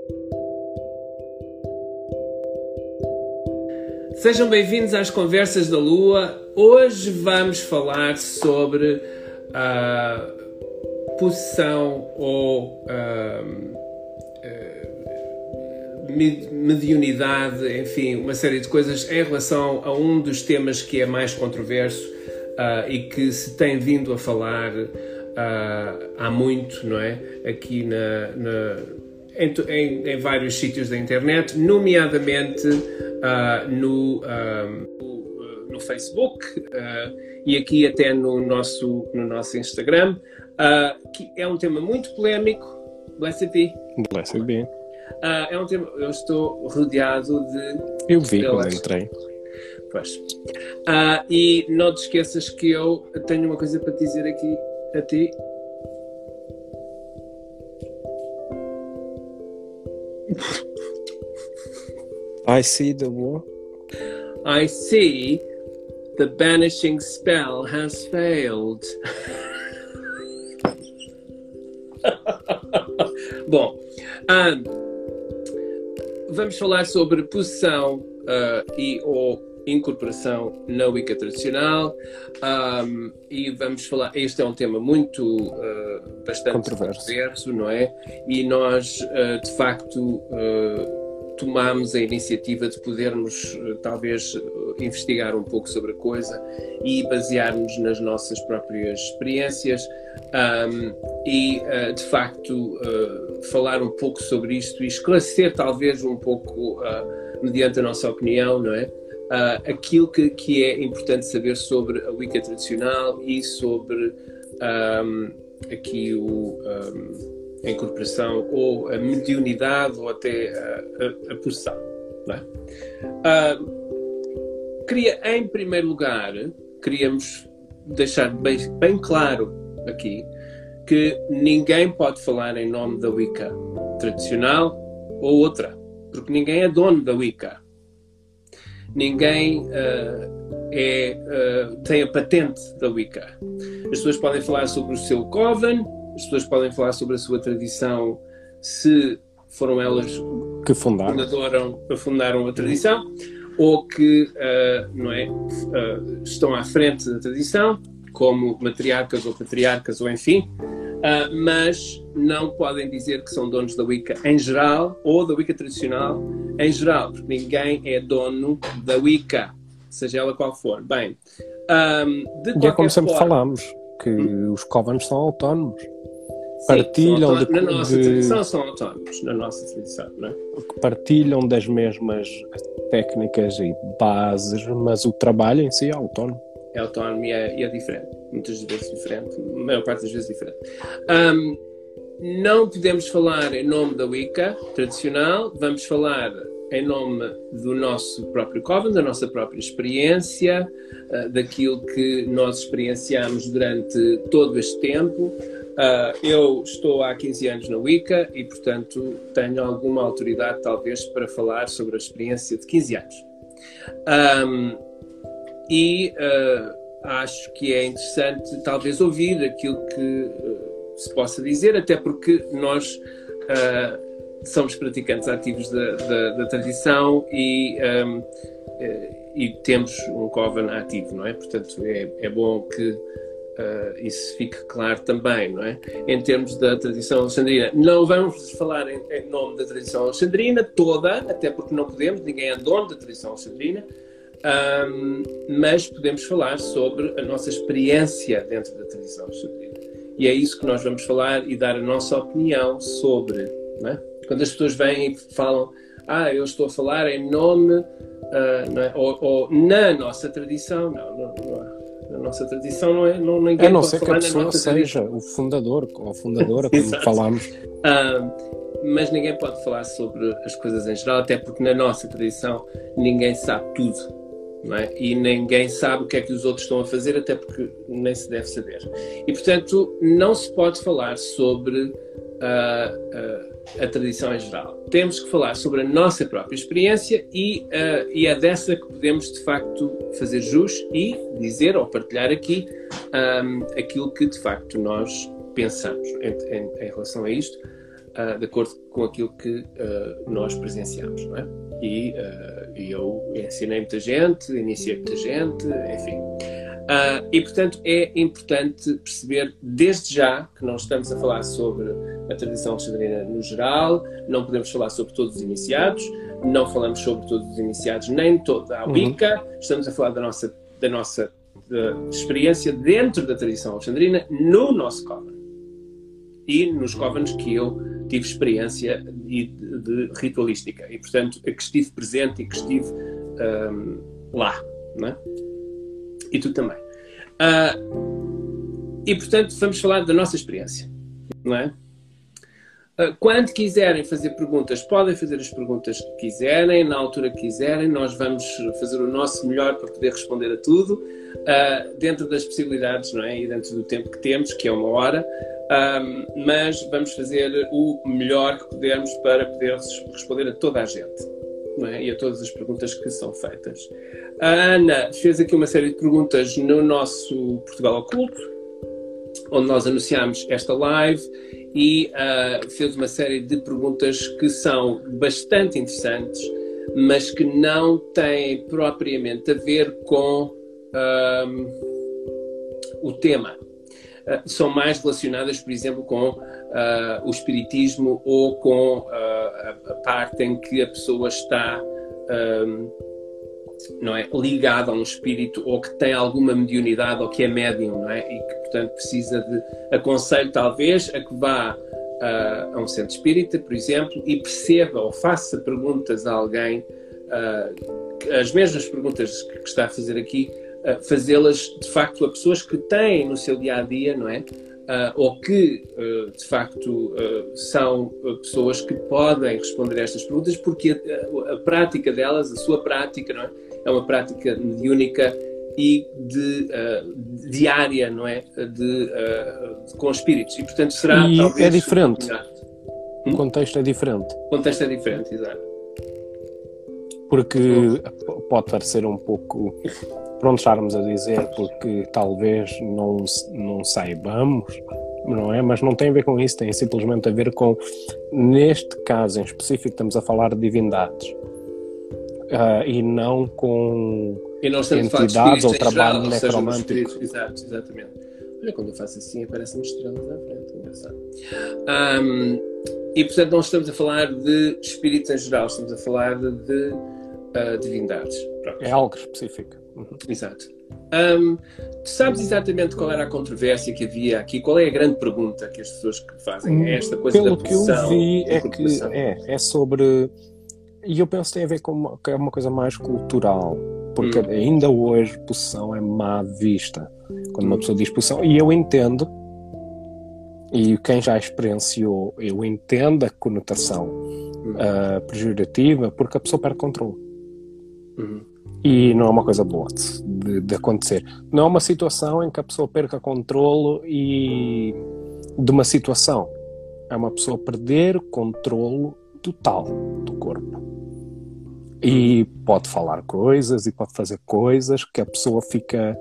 Sejam bem-vindos às Conversas da Lua. Hoje vamos falar sobre a possessão ou mediunidade, enfim, uma série de coisas em relação a um dos temas que é mais controverso e que se tem vindo a falar há muito, não é? Aqui em vários sítios da internet, nomeadamente no Facebook e aqui até no nosso Instagram, que é um tema muito polémico. Blessed be. Blessed be. É um tema, eu estou rodeado de... Eu vi quando entrei. Pois. E não te esqueças que eu tenho uma coisa para te dizer aqui a ti. I see the war. I see the banishing spell has failed. Bom, vamos falar sobre possessão ou incorporação na Wicca tradicional, e vamos falar, este é um tema muito bastante controverso, não é? E nós de facto tomámos a iniciativa de podermos talvez investigar um pouco sobre a coisa e basear-nos nas nossas próprias experiências, e de facto falar um pouco sobre isto e esclarecer talvez um pouco, mediante a nossa opinião, não é? Aquilo que é importante saber sobre a Wicca tradicional e sobre aqui a incorporação ou a mediunidade ou até a possessão, não é? Em primeiro lugar, queríamos deixar bem claro aqui que ninguém pode falar em nome da Wicca tradicional ou outra, porque ninguém é dono da Wicca. Ninguém tem a patente da Wicca. As pessoas podem falar sobre o seu coven, as pessoas podem falar sobre a sua tradição, se foram elas que fundaram a tradição, ou que estão à frente da tradição, como matriarcas ou patriarcas, ou enfim, mas não podem dizer que são donos da Wicca em geral, ou da Wicca tradicional em geral, porque ninguém é dono da Wicca, seja ela qual for. Bem, de qualquer é como sempre forma, falamos, que os covens são autónomos. Sim, partilham na nossa tradição são autónomos, na nossa tradição, não é? Partilham das mesmas técnicas e bases, mas o trabalho em si é autónomo. É autónomo e é diferente, muitas vezes diferente, a maior parte das vezes diferente. Não podemos falar em nome da Wicca tradicional, vamos falar em nome do nosso próprio coven, da nossa própria experiência, daquilo que nós experienciamos durante todo este tempo. Eu estou há 15 anos na Wicca e, portanto, tenho alguma autoridade, talvez, para falar sobre a experiência de 15 anos. Acho que é interessante, talvez, ouvir aquilo que se possa dizer, até porque nós somos praticantes ativos da tradição e temos um coven ativo, não é? Portanto, é bom que isso fique claro também, não é? Em termos da tradição alexandrina, não vamos falar em nome da tradição alexandrina toda, até porque não podemos, ninguém é dono da tradição alexandrina, mas podemos falar sobre a nossa experiência dentro da tradição alexandrina. E é isso que nós vamos falar e dar a nossa opinião sobre, não é? Quando as pessoas vêm e falam, eu estou a falar em nome, não é? ou na nossa tradição, não. Na nossa tradição ninguém não pode ser falar que a pessoa seja o fundador ou a fundadora, como falámos. Mas ninguém pode falar sobre as coisas em geral, até porque na nossa tradição ninguém sabe tudo, não é? E ninguém sabe o que é que os outros estão a fazer, até porque nem se deve saber. E, portanto, não se pode falar sobre a tradição em geral. Temos que falar sobre a nossa própria experiência e é dessa que podemos, de facto, fazer jus e dizer ou partilhar aqui aquilo que, de facto, nós pensamos em relação a isto. de acordo com aquilo que nós presenciamos, não é? E eu ensinei muita gente, iniciei muita gente, enfim. E, portanto, é importante perceber desde já que não estamos a falar sobre a tradição alexandrina no geral, não podemos falar sobre todos os iniciados, não falamos sobre todos os iniciados, nem toda a Wicca, estamos a falar da nossa experiência dentro da tradição alexandrina no nosso coven. E nos covens que eu tive experiência de ritualística. E, portanto, que estive presente e que estive lá, não é? E tu também. E, portanto, vamos falar da nossa experiência, não é? Quando quiserem fazer perguntas, podem fazer as perguntas que quiserem, na altura que quiserem. Nós vamos fazer o nosso melhor para poder responder a tudo, dentro das possibilidades, não é? E dentro do tempo que temos, que é 1 hora. Mas vamos fazer o melhor que pudermos para poder responder a toda a gente, não é? E a todas as perguntas que são feitas. A Ana fez aqui uma série de perguntas no nosso Portugal Oculto, onde nós anunciámos esta live, e fez uma série de perguntas que são bastante interessantes, mas que não têm propriamente a ver com o tema. São mais relacionadas, por exemplo, com o espiritismo ou com a parte em que a pessoa está não é, ligada a um espírito, ou que tem alguma mediunidade, ou que é médium, não é? E que, portanto, precisa de aconselho, talvez, a que vá a um centro espírita, por exemplo, e perceba ou faça perguntas a alguém, as mesmas perguntas que está a fazer aqui, fazê-las, de facto, a pessoas que têm no seu dia-a-dia, não é? Ou que, de facto, são pessoas que podem responder a estas perguntas, porque a prática delas, a sua prática, não é? É uma prática mediúnica e diária, não é? Com espíritos. E, portanto, será e talvez... é diferente. O contexto é diferente. O contexto é diferente, exato. Porque pode parecer um pouco... Pronto, estarmos a dizer, porque talvez não saibamos, não é? Mas não tem a ver com isso, tem simplesmente a ver com, neste caso em específico, estamos a falar de divindades, e não com entidades ou trabalho necromântico. Exatamente. Olha, quando eu faço assim, aparecem-me estrelas à frente, engraçado. E, portanto, não estamos a falar de espíritos em geral, estamos a falar de divindades. Pronto. É algo específico. Exato. Tu sabes exatamente qual era a controvérsia que havia aqui? Qual é a grande pergunta que as pessoas que fazem? É esta coisa Pelo da possessão? Que eu vi é que é sobre... E eu penso que tem a ver com que é uma coisa mais cultural. Porque ainda hoje possessão é má vista. Quando uma pessoa diz possessão... E eu entendo, e quem já experienciou, eu entendo a conotação pejorativa, porque a pessoa perde controle. E não é uma coisa boa de acontecer. Não é uma situação em que a pessoa perca controlo de uma situação. É uma pessoa perder controlo total do corpo. E pode falar coisas e pode fazer coisas que a pessoa fica...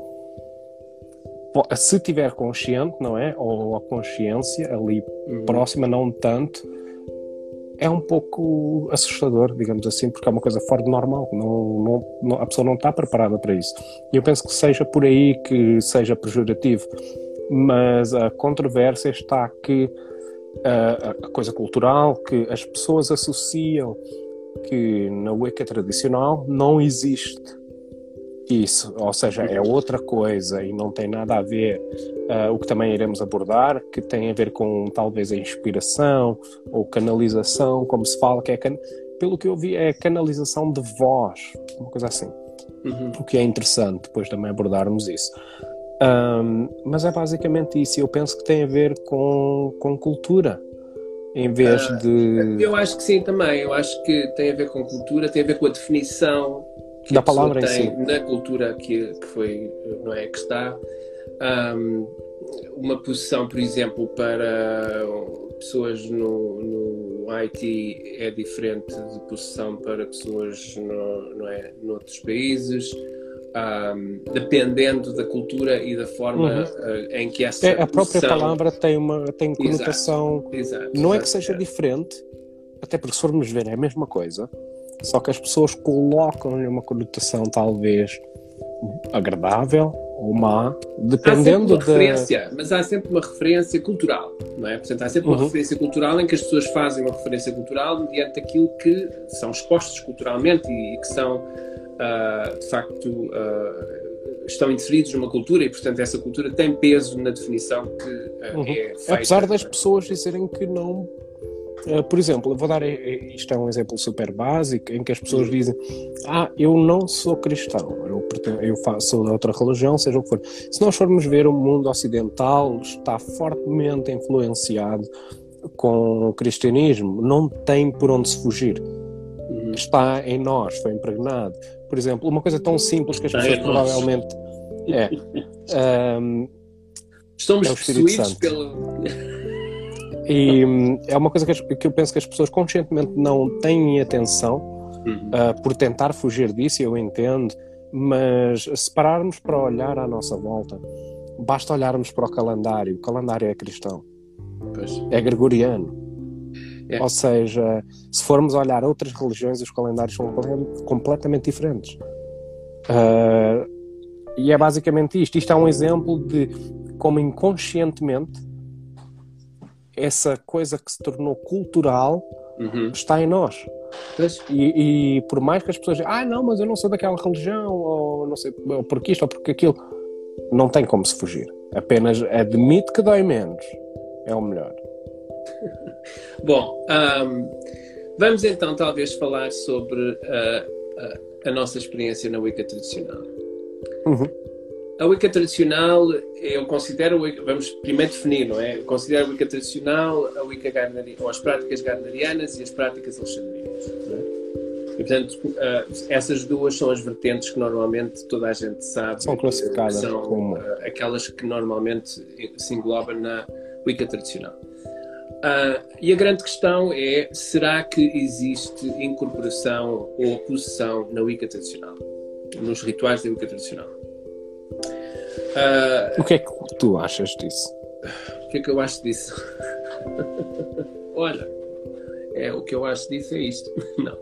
Se tiver consciente, não é? Ou a consciência ali próxima, não tanto... É um pouco assustador, digamos assim, porque é uma coisa fora do normal. A pessoa não está preparada para isso. E eu penso que seja por aí que seja pejorativo. Mas a controvérsia está que a coisa cultural, que as pessoas associam que na Wicca tradicional não existe isso. Ou seja, é outra coisa e não tem nada a ver... o que também iremos abordar, que tem a ver com talvez a inspiração ou canalização, como se fala, que é pelo que eu vi é canalização de voz, uma coisa assim. O que é interessante depois também abordarmos isso. Mas é basicamente isso. Eu penso que tem a ver com cultura, em vez de... Eu acho que sim também. Eu acho que tem a ver com cultura, tem a ver com a definição que da a pessoa palavra tem em si. na cultura que foi, não é, que está... uma posição, por exemplo, para pessoas no Haiti é diferente de posição para pessoas noutros países. dependendo da cultura e da forma em que essa a própria possessão... palavra tem conotação. Exato, não é que seja diferente, até porque se formos ver é a mesma coisa, só que as pessoas colocam-lhe uma conotação talvez agradável ou má, dependendo mas há sempre uma referência cultural, não é? Portanto, há sempre uma referência cultural em que as pessoas fazem uma referência cultural mediante aquilo que são expostos culturalmente e que são, de facto, estão inseridos numa cultura e, portanto, essa cultura tem peso na definição que é feita. Apesar das pessoas dizerem que não... por exemplo, eu vou dar... Isto é um exemplo super básico, em que as pessoas dizem eu não sou cristão, eu sou de outra religião, seja o que for. Se nós formos ver, o mundo ocidental está fortemente influenciado com o cristianismo, não tem por onde se fugir. Está em nós, foi impregnado. Por exemplo, uma coisa tão simples que as pessoas provavelmente... Estamos é o Espírito Santo. E é uma coisa que eu penso que as pessoas conscientemente não têm atenção por tentar fugir disso, eu entendo, mas se pararmos para olhar à nossa volta, basta olharmos para o calendário é cristão, é gregoriano. Ou seja, se formos olhar outras religiões, os calendários são completamente diferentes. E é basicamente isto. Isto é um exemplo de como inconscientemente essa coisa que se tornou cultural está em nós. E por mais que as pessoas digam, não, mas eu não sou daquela religião, ou não sei, ou porque isto ou porque aquilo, não tem como se fugir. Apenas admite que dói menos. É o melhor. Bom, vamos então talvez falar sobre a nossa experiência na Wicca tradicional. A Wicca tradicional, eu considero, vamos primeiro definir, não é? Eu considero a Wicca tradicional, a Wicca ou as práticas gardnerianas e as práticas alexandrinas, não é? E, portanto, essas duas são as vertentes que normalmente toda a gente sabe. São classificadas como aquelas que normalmente se englobam na Wicca tradicional. E a grande questão é, será que existe incorporação ou possessão na Wicca tradicional? Nos rituais da Wicca tradicional? O que é que tu achas disso? O que é que eu acho disso? Olha, o que eu acho disso é isto. Não,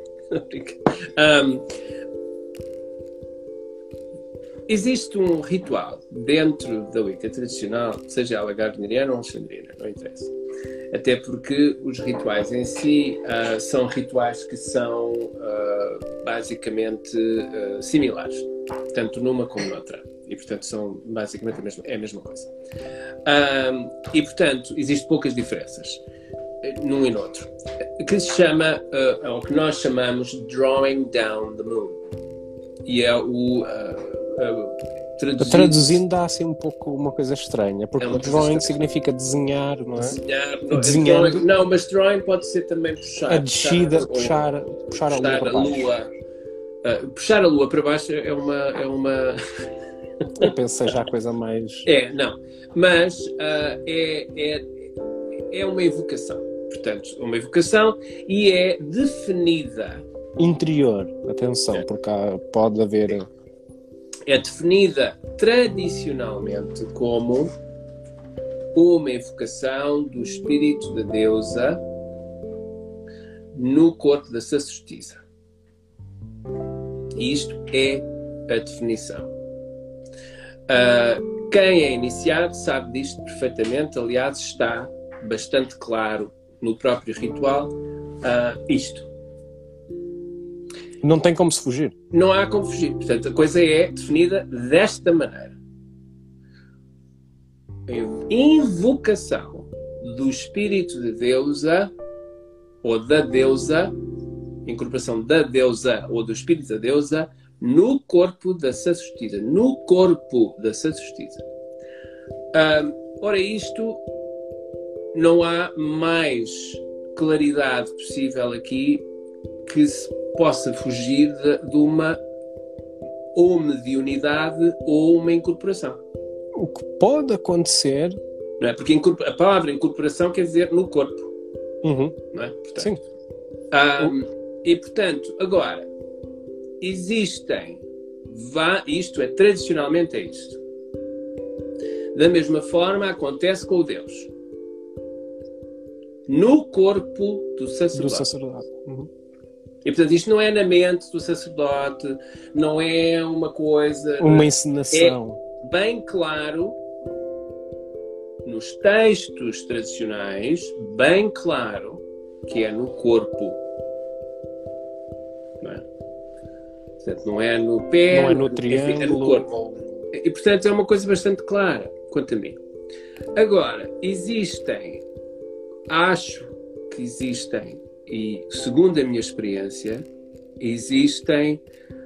existe um ritual dentro da Wicca tradicional, seja ela gardneriana ou alexandrina, não interessa. Até porque os rituais em si são rituais que são basicamente similares, tanto numa como noutra. E, portanto, são basicamente a mesma coisa. E, portanto, existem poucas diferenças num e no outro. Que se chama, ou que nós chamamos Drawing Down the Moon. E é o... Traduzindo dá assim um pouco uma coisa estranha, porque drawing significa desenhar, não é? Desenhando. Não, mas drawing pode ser também puxar. A descida, puxar a lua para baixo. Puxar a lua para baixo é uma... Eu penso que seja a coisa mais... não. Mas é uma evocação. Portanto, uma evocação e é definida... Interior, atenção, porque pode haver... É definida tradicionalmente como uma evocação do espírito da deusa no corpo da sacerdotisa. Isto é a definição. Quem é iniciado sabe disto perfeitamente, aliás, está bastante claro no próprio ritual isto. Não tem como se fugir. Não há como fugir. Portanto, a coisa é definida desta maneira. Invocação do espírito de deusa ou da deusa, incorporação da deusa ou do espírito da deusa no corpo da sacerdotisa. No corpo da sacerdotisa. Ora, isto não há mais claridade possível aqui que se possa fugir de uma ou mediunidade ou uma incorporação. O que pode acontecer... Não é? Porque a palavra incorporação quer dizer no corpo. Não é? Portanto, sim. E, portanto, agora, existem isto é, tradicionalmente é isto. Da mesma forma acontece com o Deus. No corpo do sacerdote. Uhum. E portanto isto não é na mente do sacerdote, não é uma coisa... Uma encenação. É bem claro, nos textos tradicionais, bem claro, que é no corpo. Não é? Portanto, não é no pé, não é no triângulo, enfim, é no corpo. E portanto é uma coisa bastante clara, quanto a mim. Agora, acho que existem, e segundo a minha experiência, existem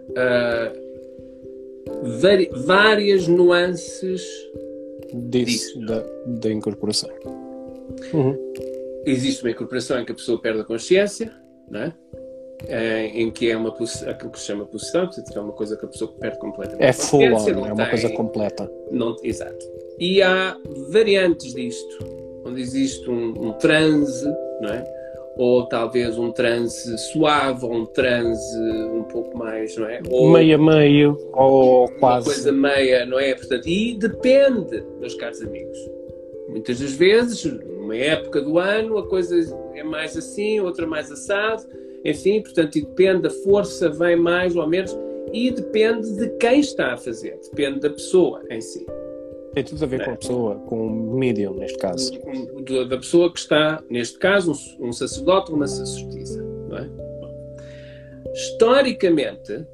várias nuances disso. Da incorporação. Uhum. Existe uma incorporação em que a pessoa perde a consciência, não é? Em que é aquilo que se chama possessão, portanto é uma coisa que a pessoa perde completamente a consciência. Full on, é uma coisa completa. Exato. E há variantes disto, onde existe um transe, não é? Ou talvez um transe suave, ou um transe um pouco mais, não é? Ou meio a meio, ou quase. Uma coisa meia, não é? Portanto, e depende, meus caros amigos. Muitas das vezes, numa época do ano, a coisa é mais assim, outra mais assado. Enfim, portanto, e depende, a força vem mais ou menos, e depende de quem está a fazer, depende da pessoa em si. Tem tudo a ver com a pessoa, com o medium, neste caso. Da pessoa que está, neste caso, um sacerdote ou uma sacerdotisa, não é? Historicamente,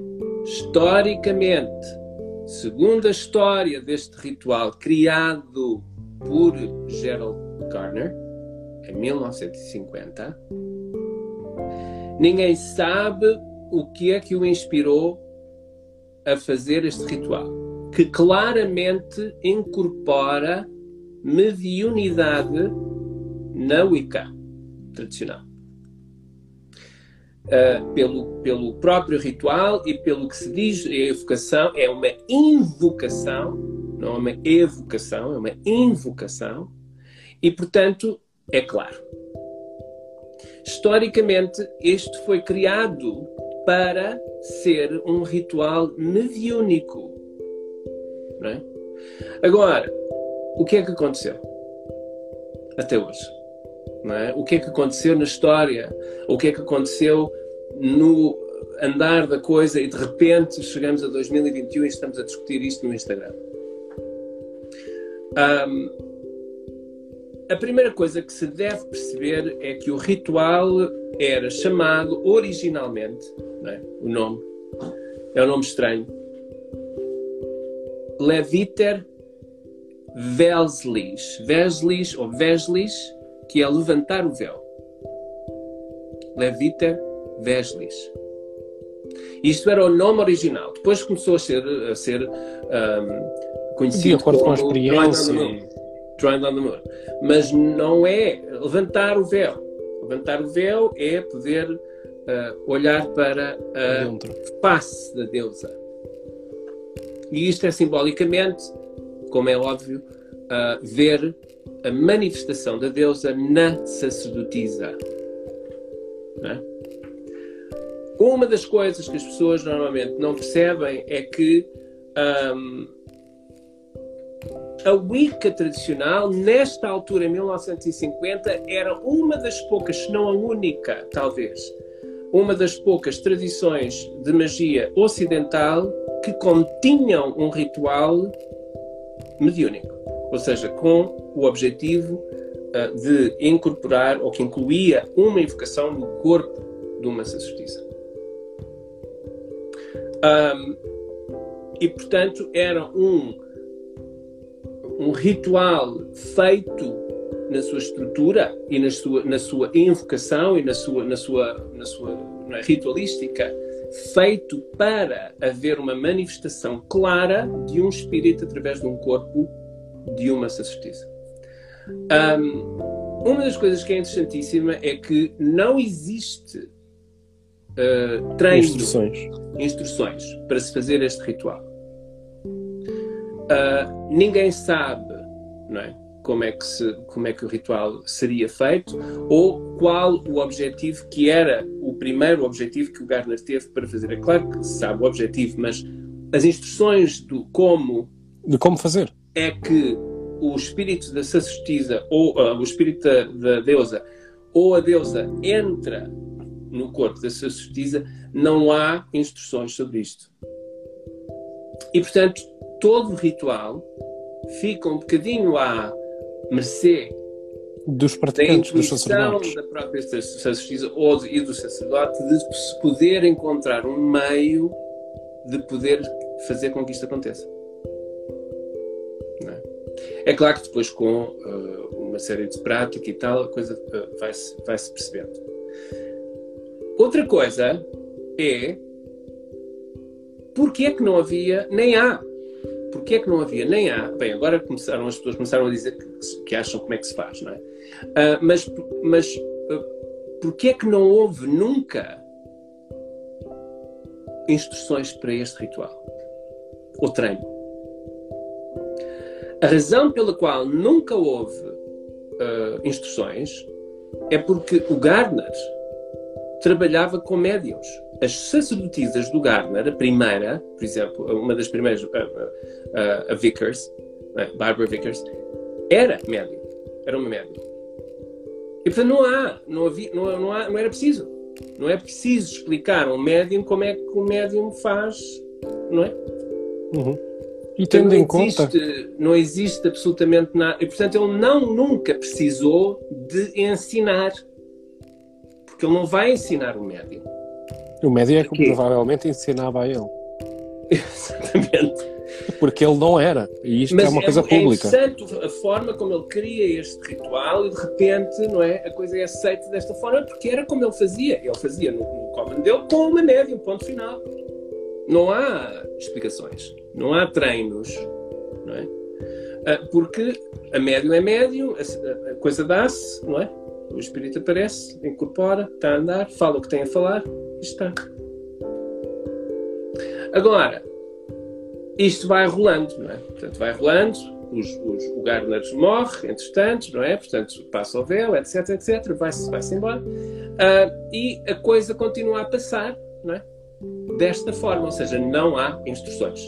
segundo a história deste ritual criado por Gerald Garner, em 1950, ninguém sabe o que é que o inspirou a fazer este ritual, que claramente incorpora mediunidade na Wicca tradicional. Pelo próprio ritual e pelo que se diz, a evocação é uma invocação, não é uma evocação, é uma invocação, e portanto, é claro. Historicamente, este foi criado para ser um ritual mediúnico. Não é? Agora, o que é que aconteceu? Até hoje. Não é? O que é que aconteceu na história? O que é que aconteceu no andar da coisa e de repente chegamos a 2021 e estamos a discutir isto no Instagram? A primeira coisa que se deve perceber é que o ritual era chamado originalmente, não é? O nome é um nome estranho, Leviter Veslis, ou Veslis, que é levantar o véu. Leviter Veslis. Isto era o nome original. Depois começou a ser conhecido de acordo como com a experiência. Drawing on the Moon. Mas não é levantar o véu. Levantar o véu é poder olhar para a face da deusa. E isto é simbolicamente, como é óbvio, ver a manifestação da deusa na sacerdotisa. Não é? Uma das coisas que as pessoas normalmente não percebem é que a Wicca tradicional, nesta altura, em 1950, era uma das poucas, se não a única, talvez, uma das poucas tradições de magia ocidental que continham um ritual mediúnico. Ou seja, com o objetivo de incorporar, ou que incluía uma invocação no corpo de uma sacerdotisa. E, portanto, era um ritual feito na sua estrutura e na sua invocação e na sua ritualística, feito para haver uma manifestação clara de um espírito através de um corpo de uma sacerdotisa. Uma das coisas que é interessantíssima é que não existe treino, instruções para se fazer este ritual. Ninguém sabe, não é, como é que o ritual seria feito ou qual o objetivo que era o primeiro objetivo que o Garner teve para fazer. É claro que se sabe o objetivo, mas as instruções do como de como fazer. É que o espírito da sacerdotisa ou o espírito da deusa ou a deusa entra no corpo da sacerdotisa, não há instruções sobre isto. E, portanto, todo o ritual fica um bocadinho à mercê dos praticantes, dos sacerdotes, da própria sacerdotisa e do sacerdote, de se poder encontrar um meio de poder fazer com que isto aconteça. Não é? É claro que depois com uma série de prática e tal, a coisa vai-se percebendo. Outra coisa é porque é que não havia nem há. Porque é que não havia nem há. Bem, agora as pessoas começaram a dizer que acham como é que se faz, não é? Mas porque é que não houve nunca instruções para este ritual? Ou treino? A razão pela qual nunca houve instruções é porque o Gardner trabalhava com médiuns. As sacerdotisas do Gardner, a primeira, por exemplo, uma das primeiras, a Vickers, Barbara Vickers, era médium. Era uma médium. E portanto não era preciso. Não é preciso explicar a um médium como é que o médium faz, não é? Uhum. E tendo em conta... Não existe absolutamente nada. E portanto ele nunca precisou de ensinar. Porque ele não vai ensinar o médium. O médium é que provavelmente ensinava a ele. Exatamente. Porque ele não era. E isto é uma coisa pública. É interessante a forma como ele cria este ritual e de repente, não é, a coisa é aceita desta forma porque era como ele fazia. Ele fazia no common dele com uma médium, ponto final. Não há explicações. Não há treinos. Não é? Porque a médium é médium, a coisa dá-se, não é? O espírito aparece, incorpora, está a andar, fala o que tem a falar e está. Agora, isto vai rolando, não é? Portanto, vai rolando, o Gardner morre, entretanto, não é? Portanto, passa o véu, etc, etc, vai-se embora. E a coisa continua a passar, não é? Desta forma, ou seja, não há instruções.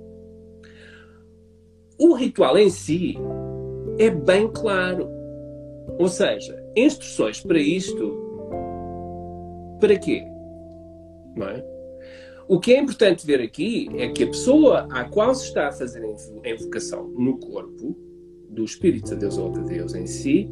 O ritual em si é bem claro. Ou seja, instruções para isto, para quê? Não é? O que é importante ver aqui é que a pessoa à qual se está a fazer a invocação no corpo do Espírito de Deus ou de Deus em si,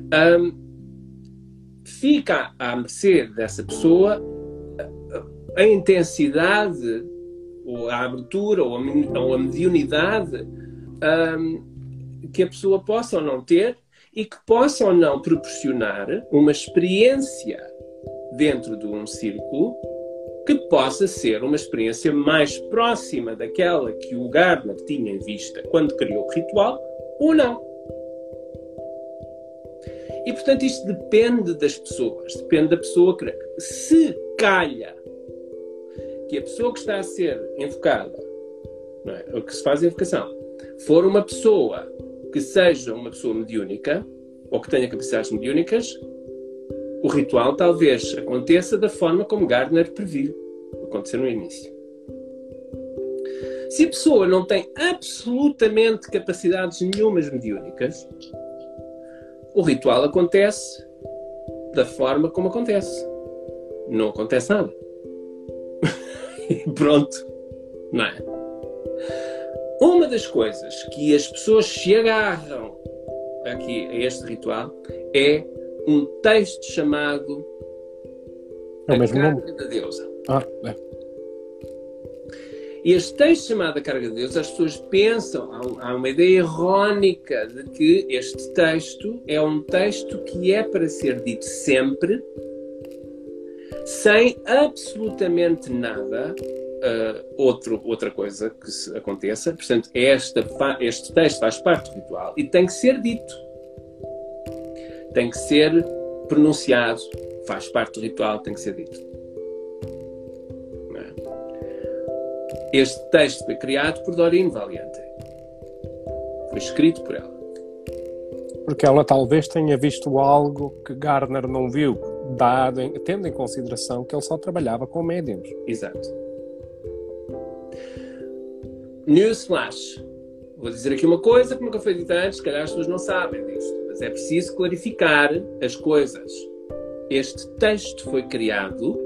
fica à mercê dessa pessoa a intensidade, ou a abertura, ou a mediunidade que a pessoa possa ou não ter e que possa ou não proporcionar uma experiência dentro de um círculo que possa ser uma experiência mais próxima daquela que o Gardner tinha em vista quando criou o ritual, ou não. E, portanto, isto depende das pessoas. Depende da pessoa que... Se calha que a pessoa que está a ser invocada, não é? Ou que se faz a invocação, for uma pessoa que seja uma pessoa mediúnica, ou que tenha capacidades mediúnicas, o ritual talvez aconteça da forma como Gardner previu acontecer no início. Se a pessoa não tem absolutamente capacidades nenhumas mediúnicas, o ritual acontece da forma como acontece. Não acontece nada. E pronto. Não é? Uma das coisas que as pessoas se agarram aqui a este ritual é um texto chamado É o A mesmo Carga nome? da Deusa. É. E este texto chamado A Carga de Deus, as pessoas pensam, há uma ideia errónica de que este texto é um texto que é para ser dito sempre, sem absolutamente nada, outra coisa que se aconteça. Portanto, este texto faz parte do ritual e tem que ser dito. Tem que ser pronunciado, faz parte do ritual, tem que ser dito. Não é? Este texto foi criado por Doreen Valiente. Foi escrito por ela. Porque ela talvez tenha visto algo que Gardner não viu, tendo em consideração que ele só trabalhava com médiums. Exato. Newsflash. Vou dizer aqui uma coisa que nunca foi dita antes, se calhar as pessoas não sabem disto, mas é preciso clarificar as coisas. Este texto foi criado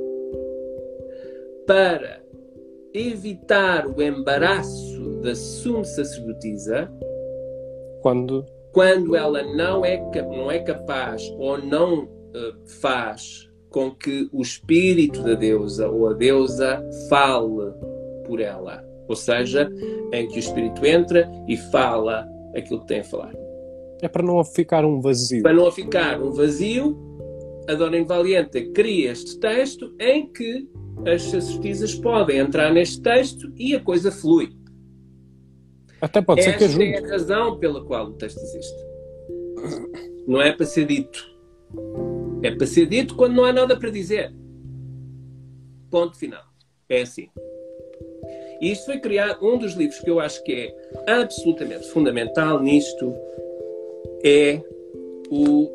para evitar o embaraço da sumo sacerdotisa Quando ela não é capaz ou não faz com que o espírito da deusa ou a deusa fale por ela. Ou seja, em que o espírito entra e fala aquilo que tem a falar. é para não ficar um vazio. Para não ficar um vazio, a Dona Invaliente cria este texto em que as sacerdotisas podem entrar neste texto e a coisa flui. Até pode ser que ajude. Esta é a razão pela qual o texto existe. Não é para ser dito. É para ser dito quando não há nada para dizer. Ponto final. É assim. E isto foi criado, um dos livros que eu acho que é absolutamente fundamental nisto é o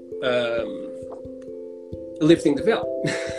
Lifting the Veil.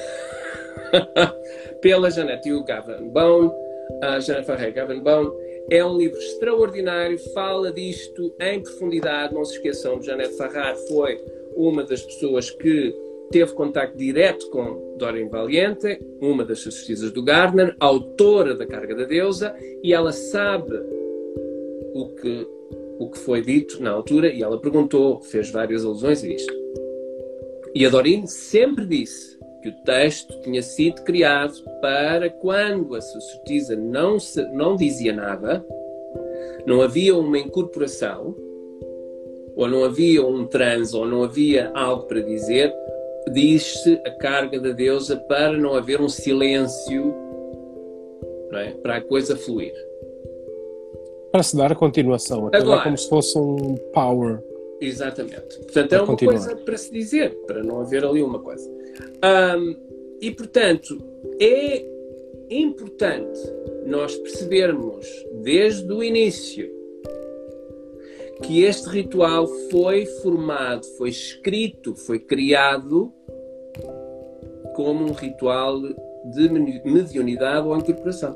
Pela Janet Gavin-Bone, Janet Farré Gavin-Bone. É um livro extraordinário, fala disto em profundidade. Não se esqueçam, Janet Farrar foi uma das pessoas que teve contacto direto com Doreen Valiente, uma das sacerdotisas do Gardner, autora da Carga da Deusa, e ela sabe o que foi dito na altura, e ela perguntou, fez várias alusões a isto. E a Doreen sempre disse que o texto tinha sido criado para quando a sacerdotisa não dizia nada, não havia uma incorporação, ou não havia um transe, ou não havia algo para dizer, diz-se a carga da deusa para não haver um silêncio, não é? Para a coisa fluir. Para se dar a continuação. Agora, é como se fosse um power. Exatamente. Portanto, é uma coisa para se dizer, para não haver ali uma coisa. E, portanto, é importante nós percebermos desde o início que este ritual foi formado, foi escrito, foi criado como um ritual de mediunidade ou incorporação.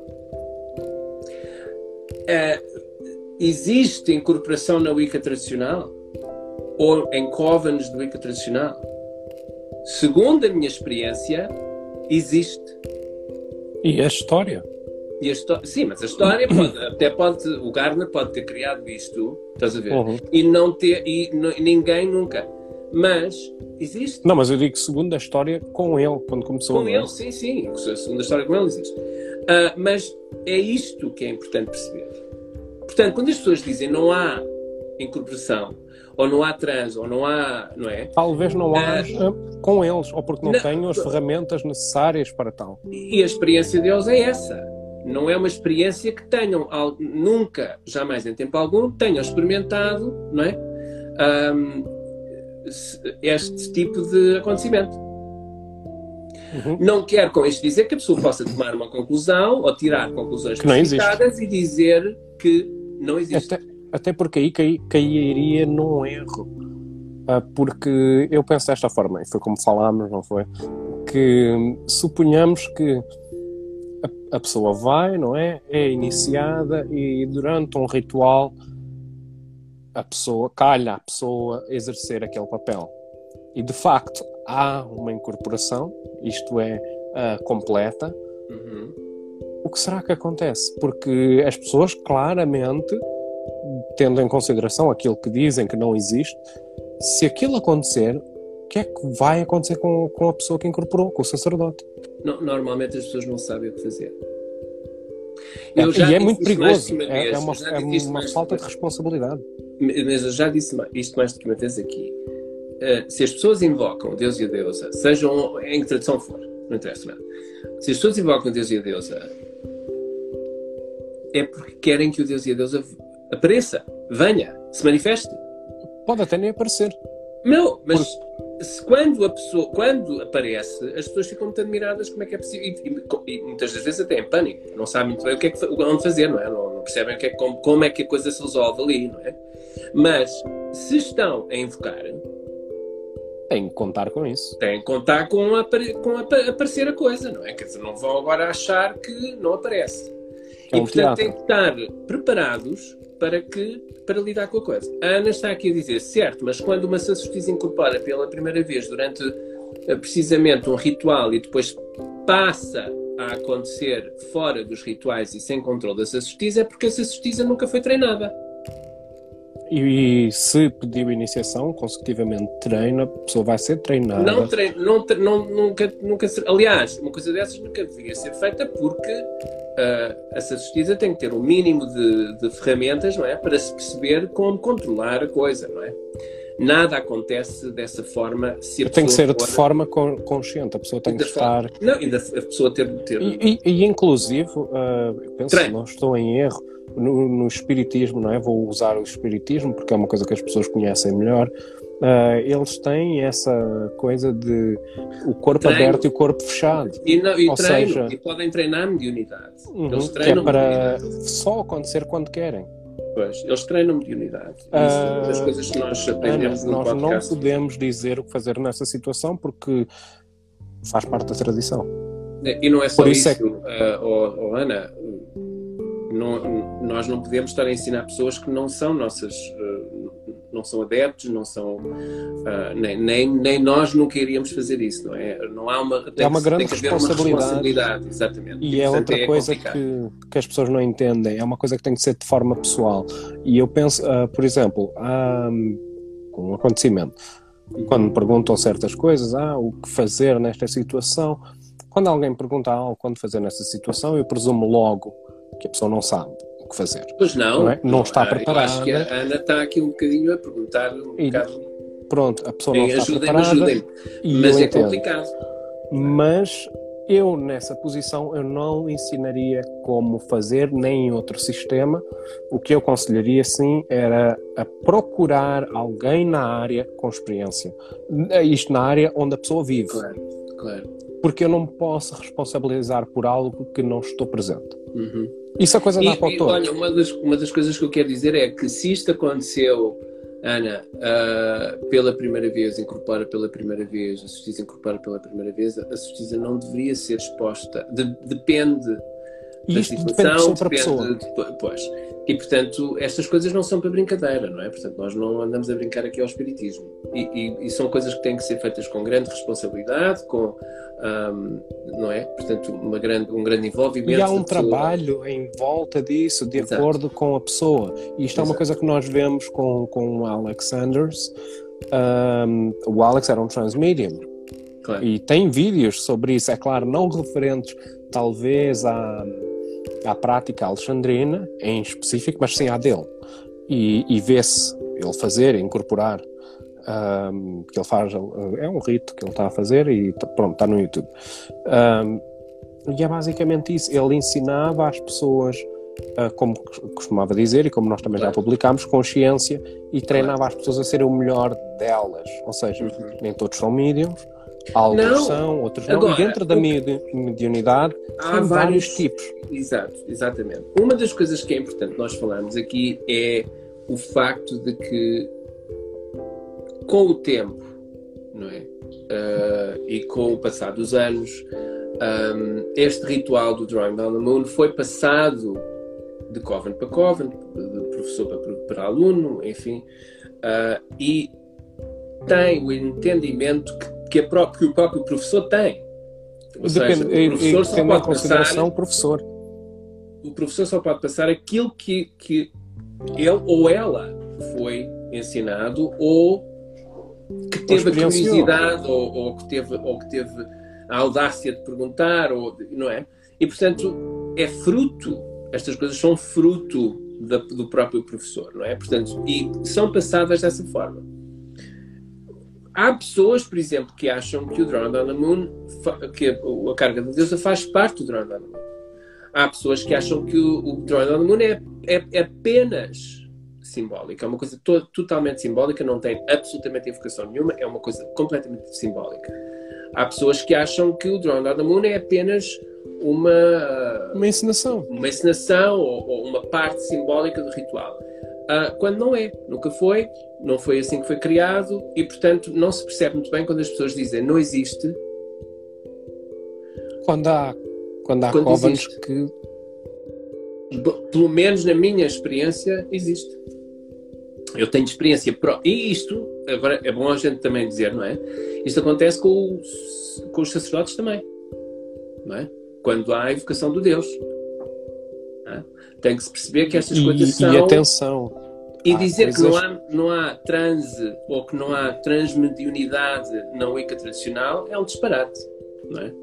Existe incorporação na Wicca tradicional? Ou em covens de Wicca tradicional? Segundo a minha experiência, existe. E a história? Sim, mas a história pode, o Gardner pode ter criado isto, estás a ver? E ninguém nunca. Mas existe. Não, mas eu digo segundo a história com ele, quando começou. Com ele, sim. Segundo a história com ele existe. Mas é isto que é importante perceber. Portanto, quando as pessoas dizem não há incorporação, ou não há trans, ou não há, não é? Talvez não haja com eles, ou porque não tenham as ferramentas necessárias para tal. E a experiência deles é essa. Não é uma experiência que tenham nunca, jamais em tempo algum, tenham experimentado, não é? Este tipo de acontecimento. Não quero com isto dizer que a pessoa possa tomar uma conclusão ou tirar conclusões precipitadas e dizer que não existe. Até porque aí cairia num erro. Porque eu penso desta forma, e foi como falámos, não foi? Que suponhamos que a pessoa vai, não é? É iniciada e durante um ritual calha a pessoa exercer aquele papel. E de facto há uma incorporação, isto é, completa. O que será que acontece? Porque as pessoas claramente, tendo em consideração aquilo que dizem que não existe, se aquilo acontecer, o que é que vai acontecer com a pessoa que incorporou, com o sacerdote? Normalmente as pessoas não sabem o que fazer. E é muito perigoso. É uma falta de responsabilidade. Mas eu já disse isto mais do que uma vez aqui. Se as pessoas invocam o Deus e a deusa, sejam em que tradição for, não interessa nada. Se as pessoas invocam o Deus e a deusa, é porque querem que o Deus e a deusa apareça, venha, se manifeste. Pode até nem aparecer. Não, mas quando aparece, as pessoas ficam muito admiradas como é que é possível, e muitas das vezes até em pânico, não sabem muito bem onde fazer, não é? Não percebem como é que a coisa se resolve ali, não é? Mas se estão a invocar, têm que contar com isso. Têm que contar com aparecer a coisa, não é? Quer dizer, não vão agora achar que não aparece. E portanto têm que estar preparados para lidar com a coisa. A Ana está aqui a dizer, certo, mas quando uma sacerdotisa incorpora pela primeira vez durante precisamente um ritual e depois passa a acontecer fora dos rituais e sem controle da sacerdotisa, é porque a sacerdotisa nunca foi treinada. E se pediu iniciação, consecutivamente treina, a pessoa vai ser treinada. Nunca. Aliás, uma coisa dessas nunca devia ser feita porque a sacerdotisa tem que ter um mínimo de ferramentas, não é? Para se perceber como controlar a coisa, não é? Nada acontece dessa forma se a pessoa tem que ser de forma consciente, a pessoa tem que estar... Não, ainda a pessoa ter... E inclusive, eu penso, se não estou em erro, no espiritismo, não é? Vou usar o espiritismo porque é uma coisa que as pessoas conhecem melhor. Eles têm essa coisa de o corpo treino aberto e o corpo fechado. E podem treinar mediunidade. Eles treinam que é para só acontecer quando querem. Pois, eles treinam mediunidade. Isso é uma das coisas que nós aprendemos no podcast. Nós não podemos dizer o que fazer nessa situação porque faz parte da tradição. E não é só isso, Ana. Nós não podemos estar a ensinar pessoas que não são nossas, não são adeptos, não são, nem nós nunca iríamos fazer isso, não é? Não há uma grande responsabilidade. Exatamente. E é outra coisa que as pessoas não entendem, é uma coisa que tem que ser de forma pessoal. E eu penso, por exemplo, com um acontecimento, quando me perguntam certas coisas, o que fazer nesta situação, quando alguém pergunta algo, quando fazer nesta situação, eu presumo logo que a pessoa não sabe o que fazer. Pois não. Não está preparada. Eu acho que a Ana está aqui um bocadinho a perguntar bocado. Pronto, a pessoa não está preparada. Mas é complicado. Mas eu, nessa posição, eu não ensinaria como fazer, nem em outro sistema. O que eu aconselharia, sim, era a procurar alguém na área com experiência. Isto na área onde a pessoa vive. Claro. Porque eu não posso responsabilizar por algo que não estou presente. Isso a coisa dá para o todo. Olha, uma das coisas que eu quero dizer é que se isto aconteceu, Ana, pela primeira vez, incorpora pela primeira vez, a sacerdotisa incorpora pela primeira vez, a sacerdotisa não deveria ser exposta. Depende da situação, depende pois. E, portanto, estas coisas não são para brincadeira, não é? Portanto, nós não andamos a brincar aqui ao espiritismo. E são coisas que têm que ser feitas com grande responsabilidade, não é? Portanto, um grande envolvimento. E há um trabalho em volta disso, de acordo com a pessoa. E isto é uma coisa que nós vemos com o Alex Sanders. O Alex era um transmedium. Claro. E tem vídeos sobre isso, é claro, não referentes talvez à prática alexandrina em específico, mas sim à dele. E vê-se ele fazer, incorporar, que ele faz, é um rito que ele está a fazer e pronto, está no YouTube. E é basicamente isso, ele ensinava às pessoas, como costumava dizer e como nós também já publicámos, consciência, e treinava as pessoas a serem o melhor delas, ou seja, nem todos são médiums. Alguns são, outros não. Agora, e dentro da mediunidade há vários tipos. Exatamente. Uma das coisas que é importante nós falarmos aqui é o facto de que com o tempo, não é? E com o passar dos anos, este ritual do Drawing Down the Moon foi passado de coven para coven, de professor para aluno, enfim, e tem o entendimento que o próprio professor tem. Ou seja, o professor só pode passar o professor só pode passar aquilo que ele ou ela foi ensinado ou que teve a curiosidade ou que teve a audácia de perguntar, não é? E, portanto, estas coisas são fruto do próprio professor, não é? Portanto, e são passadas dessa forma. Há pessoas, por exemplo, que acham que o Drawing Down the Moon, que a carga da deusa faz parte do Drawing Down the Moon. Há pessoas que acham que o Drawing Down the Moon é apenas simbólica, é uma coisa totalmente simbólica, não tem absolutamente invocação nenhuma, é uma coisa completamente simbólica. Há pessoas que acham que o Drawing Down the Moon é apenas uma encenação ou uma parte simbólica do ritual. Quando nunca foi, não foi assim que foi criado e, portanto, não se percebe muito bem quando as pessoas dizem não existe. Quando há covens que Pelo menos na minha experiência, existe. Eu tenho experiência e isto, agora é bom a gente também dizer, não é? Isto acontece com os sacerdotes também, não é? Quando há a evocação do Deus. É? Tem que se perceber que estas coisas são... E atenção... E dizer coisas... que não há transe ou que não há transmediunidade na Wicca tradicional é um disparate, não é?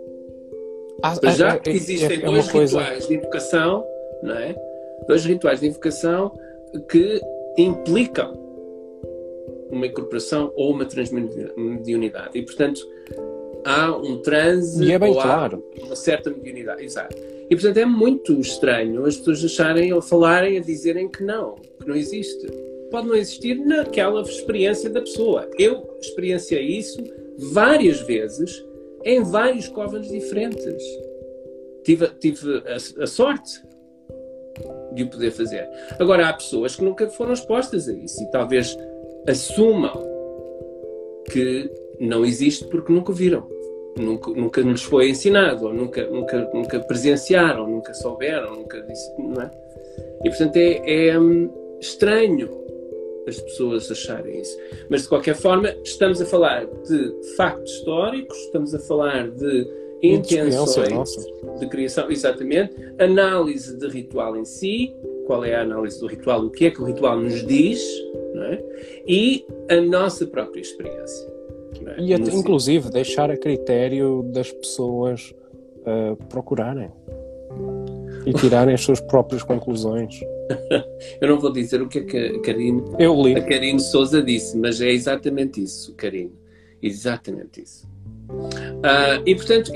Já que existem dois rituais de invocação, não é? Dois rituais de invocação que implicam uma incorporação ou uma transmediunidade. E, portanto, há um transe e é bem ou claro. Há uma certa mediunidade. Exato. E, portanto, é muito estranho as pessoas acharem ou falarem, a dizerem que não existe. Pode não existir naquela experiência da pessoa. Eu experienciei isso várias vezes em vários covens diferentes. Tive a sorte de o poder fazer. Agora, há pessoas que nunca foram expostas a isso e talvez assumam que não existe porque nunca viram. Nunca nos foi ensinado, ou nunca presenciaram, nunca souberam, nunca disse, não é? E, portanto, é estranho as pessoas acharem isso. Mas, de qualquer forma, estamos a falar de factos históricos, estamos a falar de intenções de criação, exatamente, análise de ritual em si, qual é a análise do ritual, o que é que o ritual nos diz, não é? E a nossa própria experiência. É? E inclusive deixar a critério das pessoas procurarem e tirarem as suas próprias conclusões. Eu não vou dizer o que é que a Karine Souza disse, mas é exatamente isso, Karine. Exatamente isso. E portanto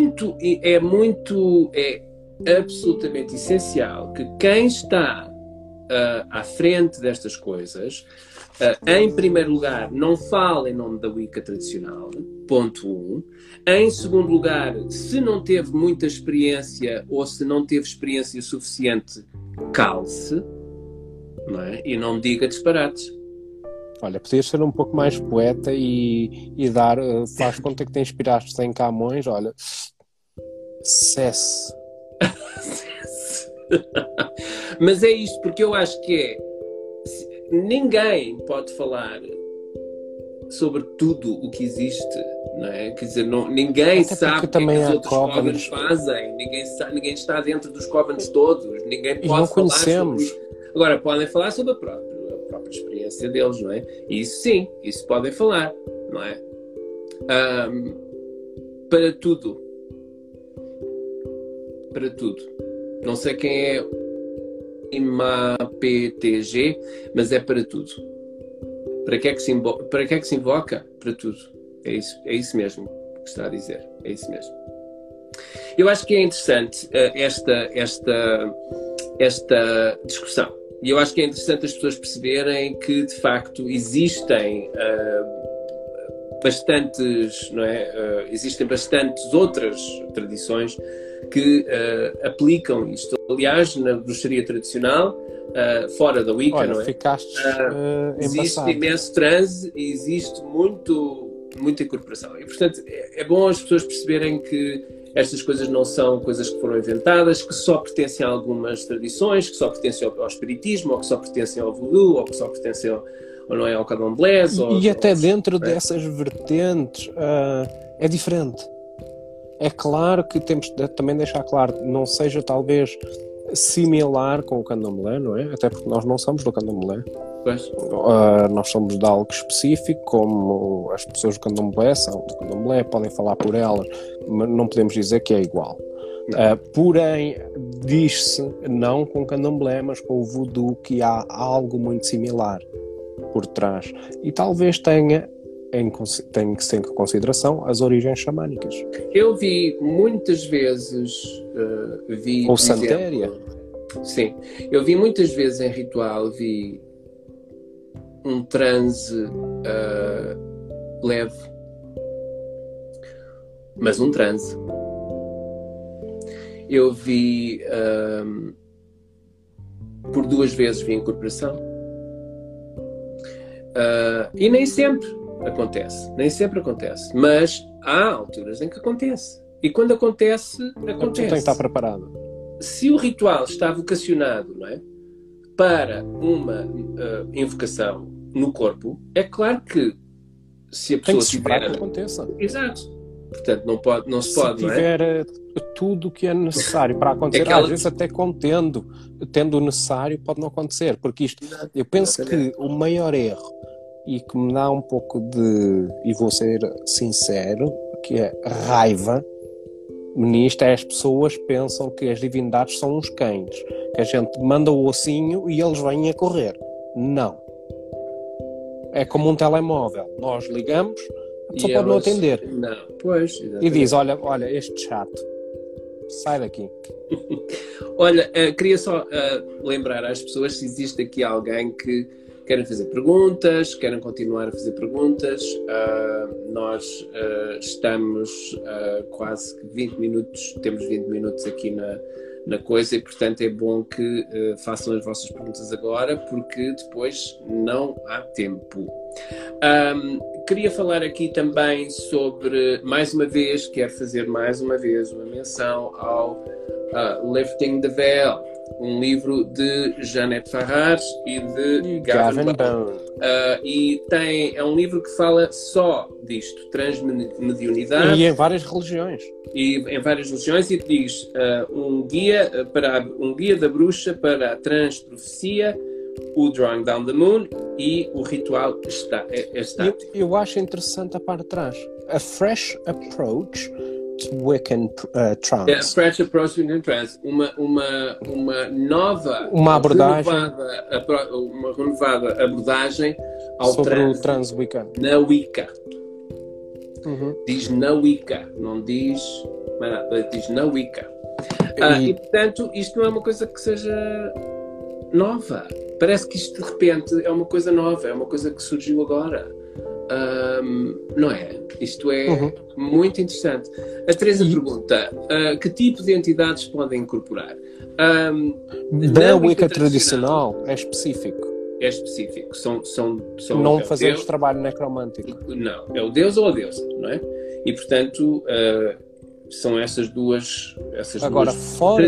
é absolutamente essencial que quem está à frente destas coisas, em primeiro lugar, não fale em nome da Wicca tradicional, ponto 1. Em segundo lugar, se não teve muita experiência ou se não teve experiência suficiente, cale-se, não é? E não me diga disparates. Olha, podias ser um pouco mais poeta e dar, faz conta que te inspiraste em Camões, olha, cesse. Mas é isto, porque eu acho que ninguém pode falar sobre tudo o que existe, não é? Quer dizer, ninguém até sabe o que os outros covens fazem, ninguém está dentro dos covens todos, ninguém pode não falar conhecemos. sobre... Agora, podem falar sobre a própria experiência deles, não é? E isso sim, isso podem falar, não é? Para tudo. Para tudo. Não sei quem é IMAPTG, mas é para tudo. Para que é que se invoca? Para tudo. É isso mesmo que está a dizer. É isso mesmo. Eu acho que é interessante esta discussão. E eu acho que é interessante as pessoas perceberem que, de facto, existem bastantes, não é? Existem bastantes outras tradições que aplicam isto. Aliás, na bruxaria tradicional, fora da Wicca, olha, não é? Existe imenso transe e existe muita incorporação. E, portanto, é bom as pessoas perceberem que estas coisas não são coisas que foram inventadas, que só pertencem a algumas tradições, que só pertencem ao espiritismo, ou que só pertencem ao voodoo, ou que só pertencem ao candomblé. E até dentro dessas vertentes é diferente. É claro que temos de também deixar claro, não seja talvez similar com o candomblé, não é? Até porque nós não somos do candomblé. Nós somos de algo específico, como as pessoas do candomblé são do candomblé, podem falar por elas, mas não podemos dizer que é igual. Porém, diz-se, não com o candomblé, mas com o voodoo, que há algo muito similar por trás. E talvez tenha que ter em consideração as origens xamânicas. Eu vi muitas vezes... ou santéria. Sim. Eu vi muitas vezes em ritual, um transe leve, mas um transe. Eu vi por 2 vezes vi incorporação e nem sempre acontece, mas há alturas em que acontece, e quando acontece tem que estar preparado. se o ritual está vocacionado, não é, para uma invocação no corpo, é claro que se a pessoa Tem que se esperar tiver... que aconteça. Exato. Portanto, não se Se pode, não é? tiver tudo o que é necessário para acontecer, às vezes até tendo o necessário, pode não acontecer, porque isto, eu penso que o maior erro, e que me dá um pouco de, e vou ser sincero, que é raiva nisto, é as pessoas pensam que as divindades são uns cães, que a gente manda o ossinho e eles vêm a correr. Não. É como um telemóvel. Nós ligamos, a pessoa pode não atender. Não, pois. E diz, olha, este chato, sai daqui. Olha, queria só lembrar às pessoas se existe aqui alguém que querem fazer perguntas, querem continuar a fazer perguntas. Nós estamos quase que 20 minutos, temos 20 minutos aqui na coisa, e portanto é bom que façam as vossas perguntas agora, porque depois não há tempo. Queria falar aqui também sobre, mais uma vez, quero fazer mais uma vez uma menção ao Lifting the Veil, um livro de Jeanette Farrar e de Gavin Bone. E é um livro que fala só disto, transmediunidade. E em várias religiões. E diz um guia da bruxa para a transprofecia, o Drawing Down the Moon e o ritual estático. Eu acho interessante a parte de trás. A fresh approach to Wiccan trance. A fresh approach to Wiccan trance. Uma nova, uma abordagem, uma renovada abordagem ao sobre o trans Wiccan. Na Wicca. Uhum. Diz na Wicca, não diz na Wicca. E portanto, isto não é uma coisa que seja nova. Parece que isto de repente é uma coisa nova, é uma coisa que surgiu agora. Não é? Isto é muito interessante. A Teresa pergunta, que tipo de entidades podem incorporar? Da Wicca tradicional é específico. É específico. São não fazemos trabalho necromântico. Não, é o deus ou a deusa, não é? E portanto são essas duas. Agora, fora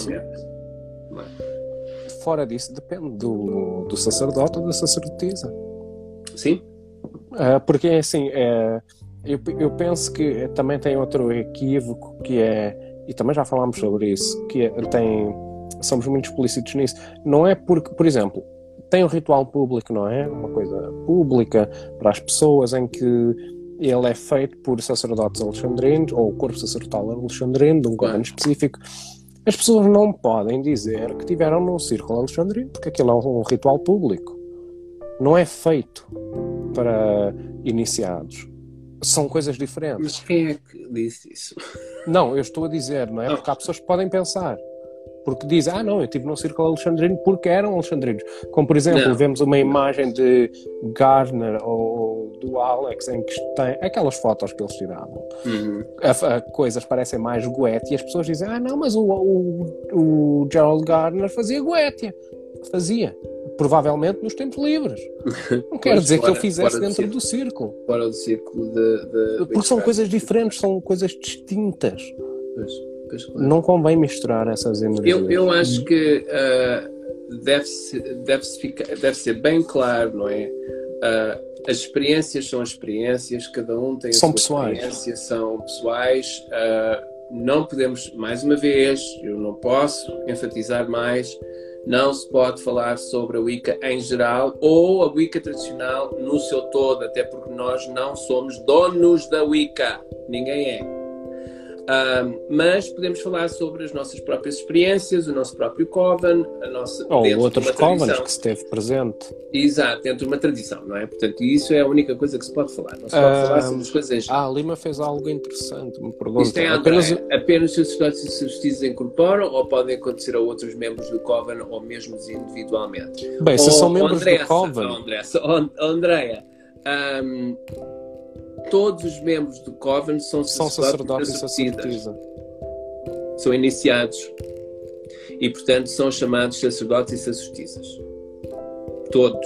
disso, depende do sacerdote ou da sacerdotisa. Sim. Porque assim, eu penso que também tem outro equívoco que é, e também já falámos sobre isso, que somos muito explícitos nisso. Não é porque, por exemplo, tem um ritual público, não é? Uma coisa pública para as pessoas, em que ele é feito por sacerdotes alexandrinos, ou o corpo sacerdotal alexandrino, de um convento específico. As pessoas não podem dizer que tiveram num círculo alexandrino, porque aquilo é um ritual público. Não é feito para iniciados. São coisas diferentes. Mas quem é que disse isso? Não, eu estou a dizer, não é? Porque há pessoas que podem pensar. Porque dizem, não, eu estive num círculo alexandrino porque eram alexandrinos. Como, por exemplo, vemos uma imagem de Gardner ou do Alex em que tem aquelas fotos que eles tiravam. Coisas parecem mais Goetia e as pessoas dizem, não, mas o Gerald Gardner fazia Goetia. Fazia. Provavelmente nos tempos livres. Não quer dizer que eu fizesse dentro do círculo. Fora do círculo porque são coisas diferentes, são coisas distintas. Pois, claro. Não convém misturar essas energias. Eu acho que deve ser bem claro, não é? As experiências são experiências, cada um tem a sua experiência, são pessoais. Não podemos, mais uma vez, eu não posso enfatizar mais, não se pode falar sobre a Wicca em geral ou a Wicca tradicional no seu todo, até porque nós não somos donos da Wicca, ninguém é. Mas podemos falar sobre as nossas próprias experiências, o nosso próprio coven, ou outros covens que se teve presente. Exato, dentro de uma tradição, não é? Portanto, isso é a única coisa que se pode falar. Não se pode falar sobre as coisas. A Lima fez algo interessante, me pergunta. Isto é apenas os sacerdotes e sacerdotisas incorporam ou podem acontecer a outros membros do coven ou mesmo individualmente? Bem, se são membros do coven. Andréia, todos os membros do coven são sacerdotes e sacerdotisas. São iniciados e, portanto, são chamados sacerdotes e sacerdotisas. Todos.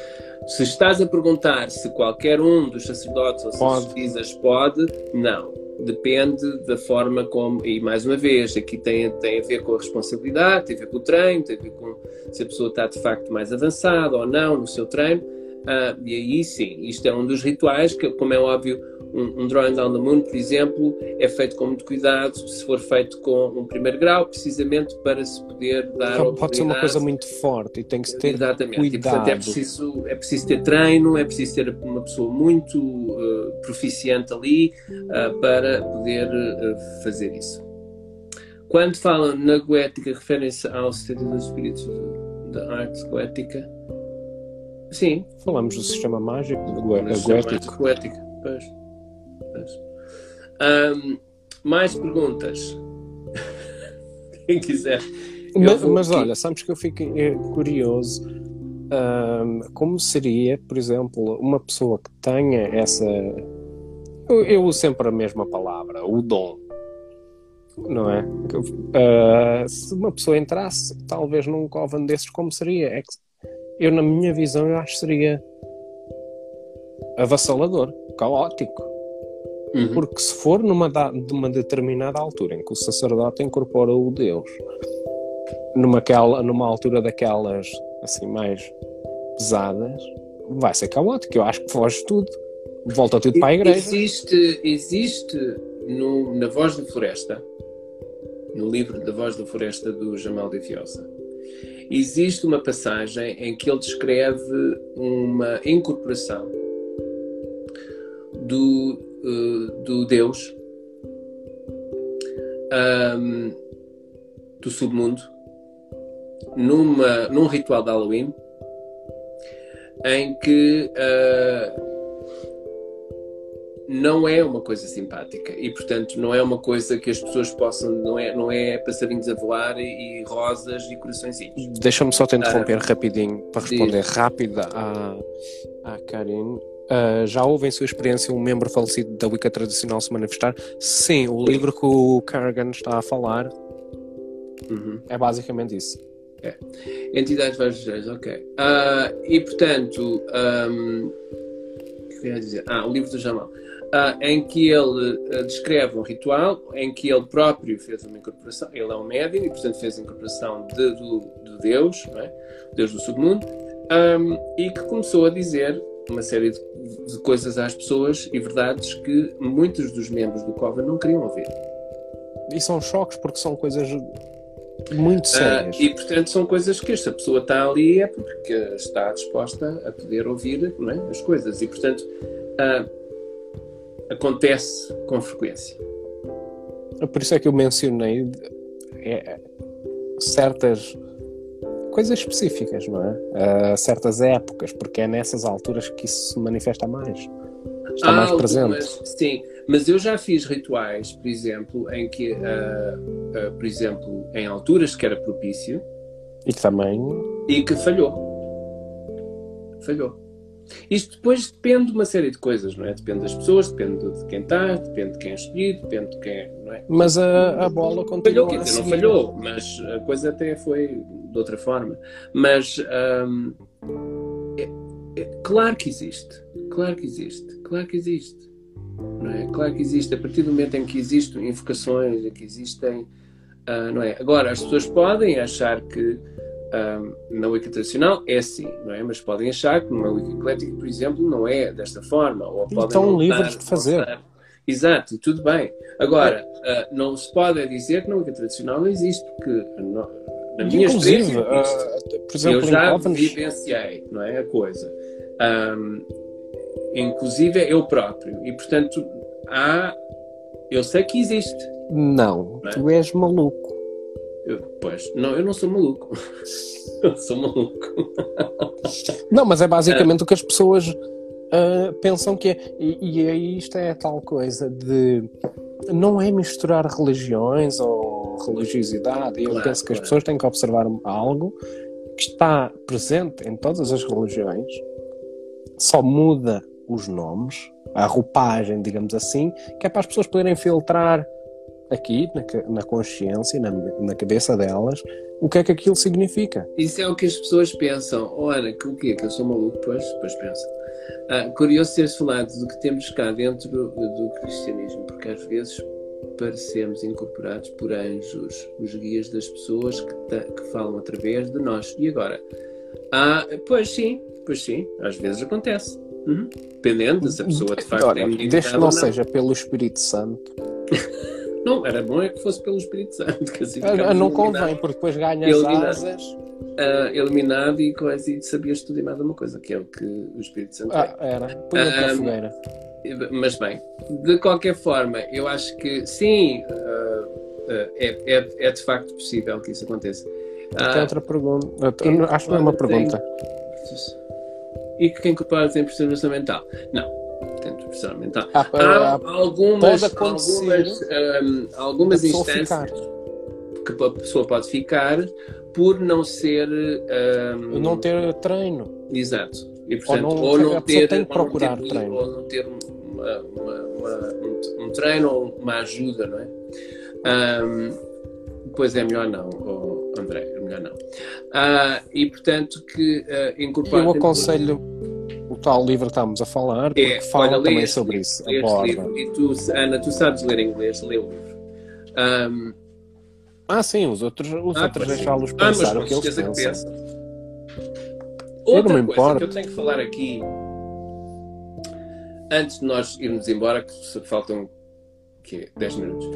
Se estás a perguntar se qualquer um dos sacerdotes ou sacerdotisas pode, não. depende da forma como, e mais uma vez, aqui tem a ver com a responsabilidade, tem a ver com o treino, tem a ver com se a pessoa está de facto mais avançada ou não no seu treino. E aí sim, isto é um dos rituais que, como é óbvio, um Drawing Down the Moon, por exemplo, é feito com muito cuidado, se for feito com um primeiro grau, precisamente para se poder dar Então, pode ser uma coisa muito forte e tem que se ter exatamente. cuidado. E, portanto, é preciso ter treino, é preciso ter uma pessoa muito proficiente ali para poder fazer isso. Quando falam na goética, referem-se ao sentido do espírito da arte goética? Sim. Falamos do sistema mágico, goético. Pois. Mais perguntas? Quem quiser. Mas olha, sabes que eu fico curioso. Como seria, por exemplo, uma pessoa que tenha essa... Eu uso sempre a mesma palavra, o dom. Não é? Se uma pessoa entrasse, talvez num coven desses, como seria? É que eu, na minha visão, eu acho que seria avassalador, caótico. Porque se for de uma determinada altura em que o sacerdote incorpora o Deus, numa altura daquelas assim mais pesadas, vai ser caótico. Eu acho que foge tudo, volta tudo para a igreja. Existe na Voz da Floresta, no livro da Voz da Floresta do Jamal de Fiosa, existe uma passagem em que ele descreve uma incorporação do Deus do submundo num ritual de Halloween em que não é uma coisa simpática e, portanto, não é uma coisa que as pessoas possam, não é passarinhos a voar e rosas e coraçõezinhos. Deixa-me só te interromper rapidinho para responder rápido à Karine. Já houve em sua experiência um membro falecido da Wicca tradicional se manifestar? Sim, o livro que o Kerrigan está a falar é basicamente isso. Entidades várias, ok. E portanto, o que eu ia dizer? O livro do Jamal, em que ele descreve um ritual em que ele próprio fez uma incorporação. Ele é um médium e portanto fez a incorporação do Deus, não é? Deus do submundo, e que começou a dizer uma série de coisas às pessoas e verdades que muitos dos membros do Coven não queriam ouvir. E são choques porque são coisas muito sérias. E portanto são coisas que esta pessoa está ali é porque está disposta a poder ouvir, não é, as coisas. E portanto acontece com frequência. Por isso é que eu mencionei certas coisas específicas, não é? Certas épocas, porque é nessas alturas que isso se manifesta mais. Está mais presente. Sim, mas eu já fiz rituais, por exemplo, em que, por exemplo, em alturas que era propício. E que falhou. Isto depois depende de uma série de coisas, não é? Depende das pessoas, depende de quem está, depende de quem é escolhido, depende de quem não é? Mas a bola continua falhou, não falhou, mas a coisa até foi de outra forma. Mas claro que existe. Não é? Claro que existe. A partir do momento em que existem invocações, em que existem... não é? Agora, as pessoas podem achar que na Wicca tradicional é assim, não é? Mas podem achar que numa Wicca eclética, por exemplo, não é desta forma. Ou podem estão livres de fazer. Exato, tudo bem. Agora, não se pode dizer que na Wicca tradicional não existe, porque na minha experiência, por exemplo, eu já vivenciei, não é, a coisa. Inclusive eu próprio. E, portanto, eu sei que existe. Não, tu és maluco. Eu não sou maluco. Eu sou maluco. Não, mas é basicamente o que as pessoas pensam que é. E aí isto é a tal coisa de... Não é misturar religiões ou religiosidade. Eu penso que as pessoas têm que observar algo que está presente em todas as religiões, só muda os nomes, a roupagem, digamos assim, que é para as pessoas poderem filtrar aqui, na consciência, na cabeça delas, o que é que aquilo significa. Isso é o que as pessoas pensam. Ora, o quê? Que eu sou maluco? Pois pensam. Curioso ter-se falado do que temos cá dentro do cristianismo, porque às vezes parecemos incorporados por anjos, os guias das pessoas que falam através de nós. E agora? Pois sim, às vezes acontece. Dependendo se a pessoa de facto Olha, desde que não seja pelo Espírito Santo. Não, era bom é que fosse pelo Espírito Santo. Que assim não convém, porque depois ganhas asas. Eliminado e coisa, e sabias tudo e mais uma coisa, que é o que o Espírito Santo era. Punha-te na fogueira. Mas bem, de qualquer forma, eu acho que sim, é de facto possível que isso aconteça. Tem outra pergunta. Acho que não é uma pergunta. E que quem incorpora tem pressão orçamental? Não, tem pressão mental. Há algumas instâncias que a pessoa pode ficar por não ser... não ter treino. Exato. E, portanto, ou não ter treino. Ou não ter um treino ou uma ajuda, não é? Pois é melhor não, André, é melhor não. E portanto que incorporar... Eu aconselho o tal livro que estamos a falar, porque fala também sobre isso. E tu, Ana, tu sabes ler inglês, lê o livro. Sim, os outros deixá-los pensar o que eles pensam. Outra coisa que eu tenho que falar aqui, antes de nós irmos embora, que faltam 10 minutos,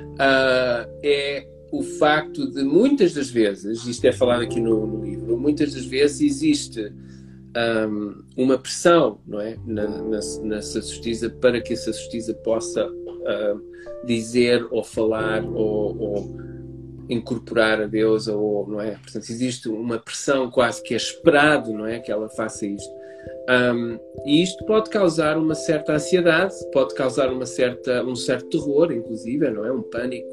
é o facto de muitas das vezes, isto é falado aqui no livro, muitas das vezes existe uma pressão, não é, na sacerdotisa, para que a sacerdotisa possa dizer ou falar ou incorporar a Deus, ou não é? Portanto, existe uma pressão quase que é esperado, não é, que ela faça isto. E isto pode causar uma certa ansiedade, pode causar um certo terror, inclusive, não é? Um pânico,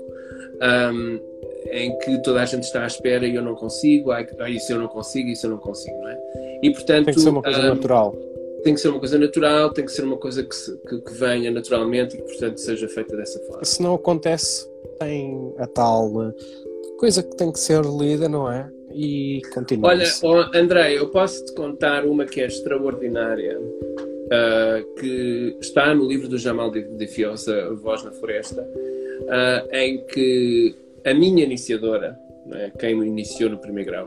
em que toda a gente está à espera e eu não consigo, isso eu não consigo, não é? E, portanto, tem que ser uma coisa natural. Tem que ser uma coisa natural, tem que ser uma coisa que venha naturalmente e que, portanto, seja feita dessa forma. Se não acontece, tem a tal coisa que tem que ser lida, não é? E continua. Olha, André, eu posso-te contar uma que é extraordinária, que está no livro do Jamal de Fiosa, A Voz na Floresta, em que a minha iniciadora, não é? Quem me iniciou no primeiro grau,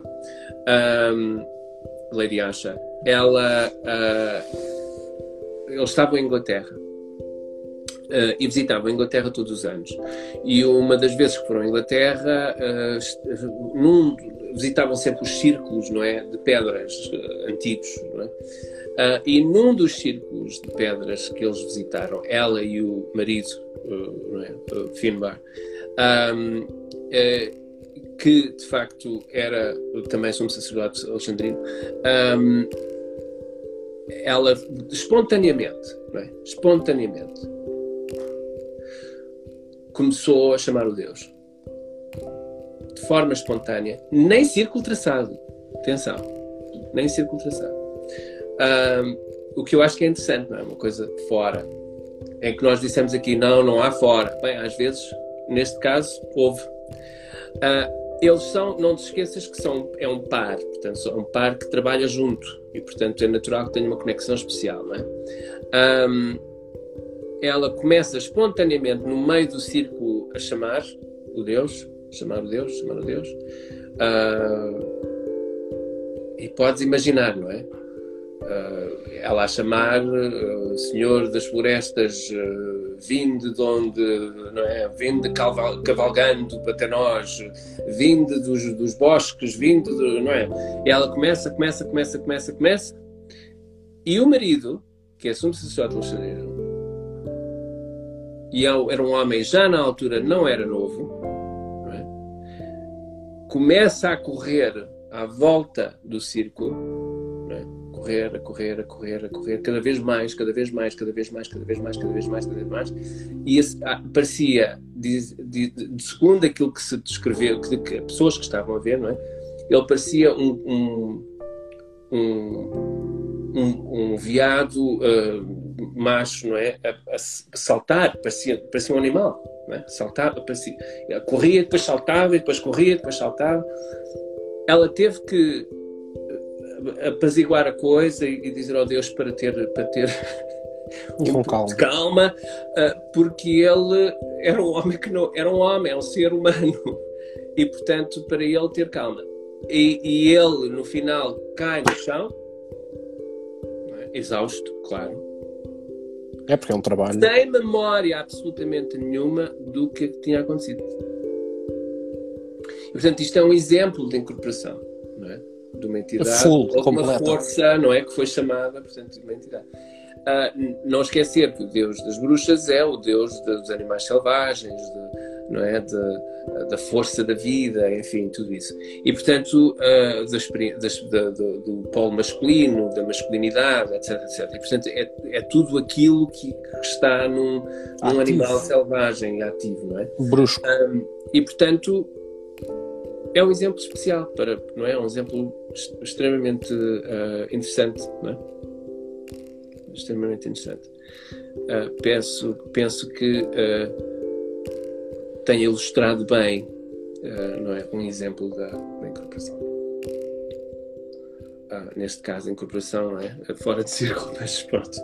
Lady Asha, eles estavam em Inglaterra e visitavam a Inglaterra todos os anos. E uma das vezes que foram à Inglaterra, visitavam sempre os círculos, não é, de pedras antigos, não é? E num dos círculos de pedras que eles visitaram, ela e o marido, não é, Finbar, que de facto era também sumo sacerdote alexandrino, ela espontaneamente, não é? Espontaneamente começou a chamar o Deus de forma espontânea, nem círculo traçado, atenção, nem círculo traçado. O que eu acho que é interessante, não é? Uma coisa de fora, é que nós dissemos aqui, não há fora. Bem, às vezes, neste caso, houve. Eles são, não te esqueças que é um par, portanto, são um par que trabalha junto e, portanto, é natural que tenha uma conexão especial, não é? Ela começa espontaneamente no meio do círculo a chamar o Deus, e podes imaginar, não é? Ela a chamar Senhor das Florestas, vinde de onde, não é? Vinde cavalgando até nós, vinde dos bosques, vinde não é? E ela começa, e o marido, que é sumo sacerdote alexandrino, e era um homem já na altura, não era novo, não é? Começa a correr à volta do círculo, não é? A correr, cada vez mais, e parecia, segundo aquilo que se descreveu, que pessoas que estavam a ver, não é? Ele parecia um veado macho, não é? A saltar, parecia um animal, não é? Saltava, corria, depois saltava, e depois corria, depois saltava. Ela teve que apaziguar a coisa e dizer ao Deus para ter com pouco de calma, porque ele era um homem que não era um homem, é um ser humano, e portanto para ele ter calma. E ele no final cai no chão, não é? Exausto, claro. É porque é um trabalho. Sem memória absolutamente nenhuma do que tinha acontecido. E, portanto, isto é um exemplo de incorporação, não é? De uma entidade, ou de uma força, não é? Que foi chamada, portanto, de uma entidade. Não esquecer que o Deus das bruxas é o Deus dos animais selvagens, não é? Da força da vida, enfim, tudo isso. E, portanto, do polo masculino, da masculinidade, etc, etc. E, portanto, é tudo aquilo que está num animal selvagem ativo, não é? Brusco. E, portanto, é um exemplo especial, não é? É um exemplo extremamente interessante, não é? Extremamente interessante. Penso que tem ilustrado bem, não é, um exemplo da incorporação. Neste caso, a incorporação, não é? Fora de círculo, mas pronto.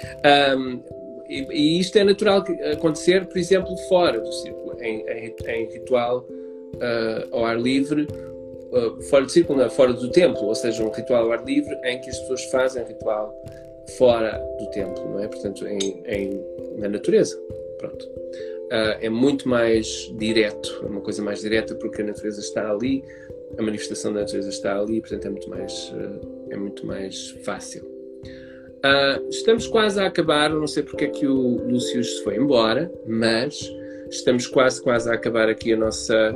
E isto é natural acontecer, por exemplo, fora do círculo, em ritual ao ar livre, fora do círculo, não, fora do templo, ou seja, um ritual ao ar livre em que as pessoas fazem ritual fora do templo, não é? Portanto, na natureza. Pronto. É muito mais direto, é uma coisa mais direta porque a natureza está ali, a manifestação da natureza está ali, portanto é muito mais fácil. Estamos quase a acabar, não sei porque é que o Lúcio se foi embora, mas estamos quase a acabar aqui a nossa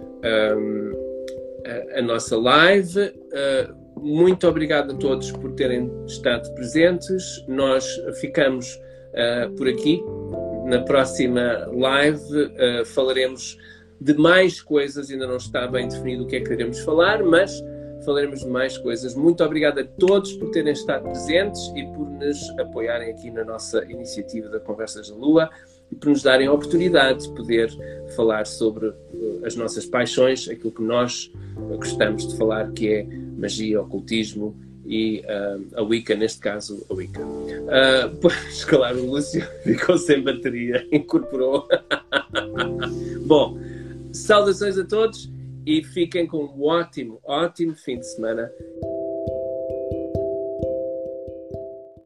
live. Muito obrigado a todos por terem estado presentes. Nós ficamos por aqui. Na próxima live falaremos de mais coisas, ainda não está bem definido o que é que queremos falar, mas falaremos de mais coisas. Muito obrigado a todos por terem estado presentes e por nos apoiarem aqui na nossa iniciativa da Conversas da Lua e por nos darem a oportunidade de poder falar sobre as nossas paixões, aquilo que nós gostamos de falar, que é magia, ocultismo e a Wicca, neste caso a Wicca. Pois, claro, o Lúcio ficou sem bateria, incorporou. Bom, saudações a todos e fiquem com um ótimo fim de semana